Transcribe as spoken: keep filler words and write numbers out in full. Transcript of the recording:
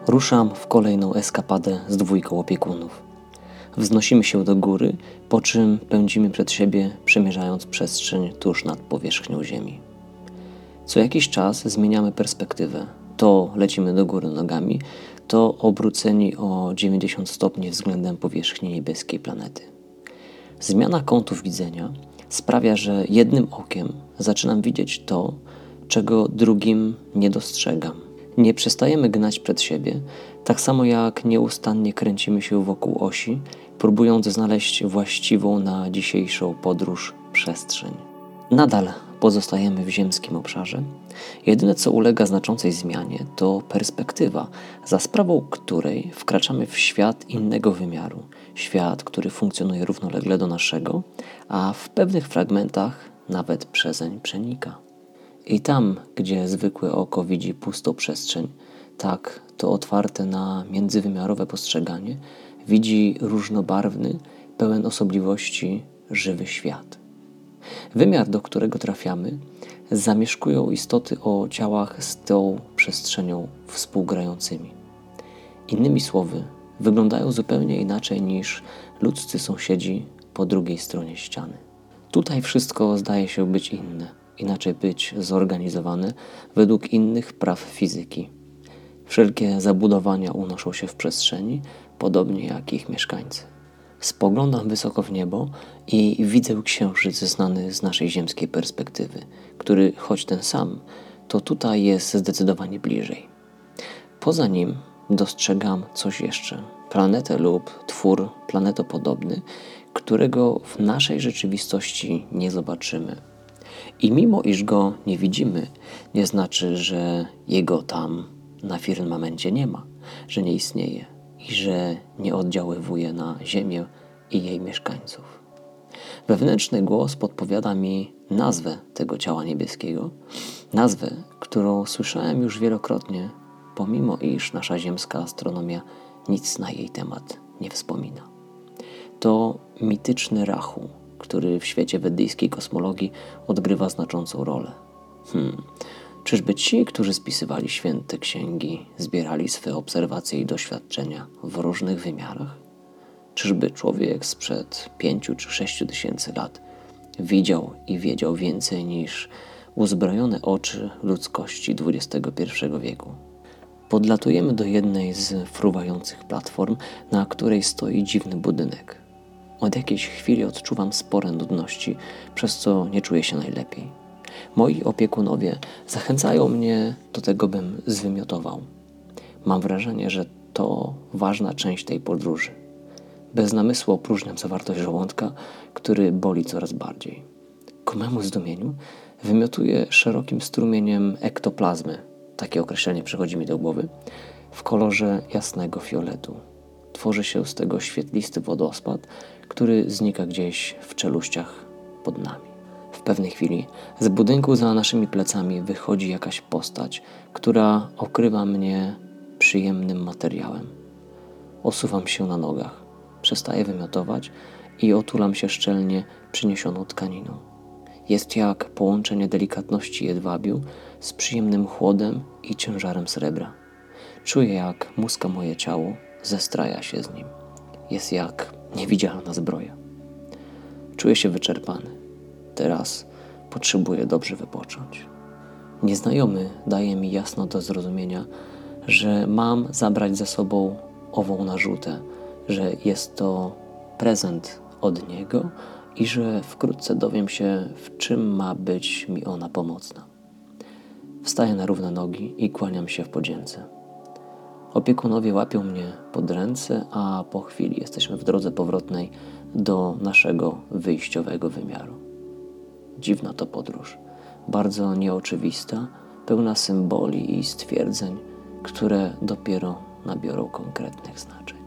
Ruszam w kolejną eskapadę z dwójką opiekunów. Wznosimy się do góry, po czym pędzimy przed siebie, przemierzając przestrzeń tuż nad powierzchnią ziemi. Co jakiś czas zmieniamy perspektywę. To lecimy do góry nogami, to obróceni o dziewięćdziesiąt stopni względem powierzchni niebieskiej planety. Zmiana kątów widzenia sprawia, że jednym okiem zaczynam widzieć to, czego drugim nie dostrzegam. Nie przestajemy gnać przed siebie, tak samo jak nieustannie kręcimy się wokół osi, próbując znaleźć właściwą na dzisiejszą podróż przestrzeń. Nadal pozostajemy w ziemskim obszarze. Jedyne, co ulega znaczącej zmianie, to perspektywa, za sprawą której wkraczamy w świat innego wymiaru. Świat, który funkcjonuje równolegle do naszego, a w pewnych fragmentach nawet przezeń przenika. I tam, gdzie zwykłe oko widzi pustą przestrzeń, tak to otwarte na międzywymiarowe postrzeganie widzi różnobarwny, pełen osobliwości, żywy świat. Wymiar, do którego trafiamy, zamieszkują istoty o ciałach z tą przestrzenią współgrającymi. Innymi słowy, wyglądają zupełnie inaczej niż ludzcy sąsiedzi po drugiej stronie ściany. Tutaj wszystko zdaje się być inne. Inaczej być zorganizowane według innych praw fizyki. Wszelkie zabudowania unoszą się w przestrzeni, podobnie jak ich mieszkańcy. Spoglądam wysoko w niebo i widzę księżyc znany z naszej ziemskiej perspektywy, który, choć ten sam, to tutaj jest zdecydowanie bliżej. Poza nim dostrzegam coś jeszcze. Planetę lub twór planetopodobny, którego w naszej rzeczywistości nie zobaczymy. I mimo iż go nie widzimy, nie znaczy, że jego tam na firmamencie nie ma, że nie istnieje i że nie oddziaływuje na Ziemię i jej mieszkańców. Wewnętrzny głos podpowiada mi nazwę tego ciała niebieskiego, nazwę, którą słyszałem już wielokrotnie, pomimo iż nasza ziemska astronomia nic na jej temat nie wspomina. To mityczny Rahu, który w świecie weddyjskiej kosmologii odgrywa znaczącą rolę. Hmm. Czyżby ci, którzy spisywali święte księgi, zbierali swe obserwacje i doświadczenia w różnych wymiarach? Czyżby człowiek sprzed pięciu czy sześciu tysięcy lat widział i wiedział więcej niż uzbrojone oczy ludzkości dwudziestego pierwszego wieku? Podlatujemy do jednej z fruwających platform, na której stoi dziwny budynek. Od jakiejś chwili odczuwam spore nudności, przez co nie czuję się najlepiej. Moi opiekunowie zachęcają mnie do tego, bym zwymiotował. Mam wrażenie, że to ważna część tej podróży. Bez namysłu opróżniam zawartość żołądka, który boli coraz bardziej. Ku memu zdumieniu wymiotuję szerokim strumieniem ektoplazmy, takie określenie przychodzi mi do głowy, w kolorze jasnego fioletu. Tworzy się z tego świetlisty wodospad, który znika gdzieś w czeluściach pod nami. W pewnej chwili z budynku za naszymi plecami wychodzi jakaś postać, która okrywa mnie przyjemnym materiałem. Osuwam się na nogach, przestaję wymiotować i otulam się szczelnie przyniesioną tkaniną. Jest jak połączenie delikatności jedwabiu z przyjemnym chłodem i ciężarem srebra. Czuję, jak muska moje ciało zestraja się z nim. Jest jak niewidzialna zbroja. Czuję się wyczerpany. Teraz potrzebuję dobrze wypocząć. Nieznajomy daje mi jasno do zrozumienia, że mam zabrać ze sobą ową narzutę, że jest to prezent od niego i że wkrótce dowiem się, w czym ma być mi ona pomocna. Wstaję na równe nogi i kłaniam się w podzięce. Opiekunowie łapią mnie pod ręce, a po chwili jesteśmy w drodze powrotnej do naszego wyjściowego wymiaru. Dziwna to podróż, bardzo nieoczywista, pełna symboli i stwierdzeń, które dopiero nabiorą konkretnych znaczeń.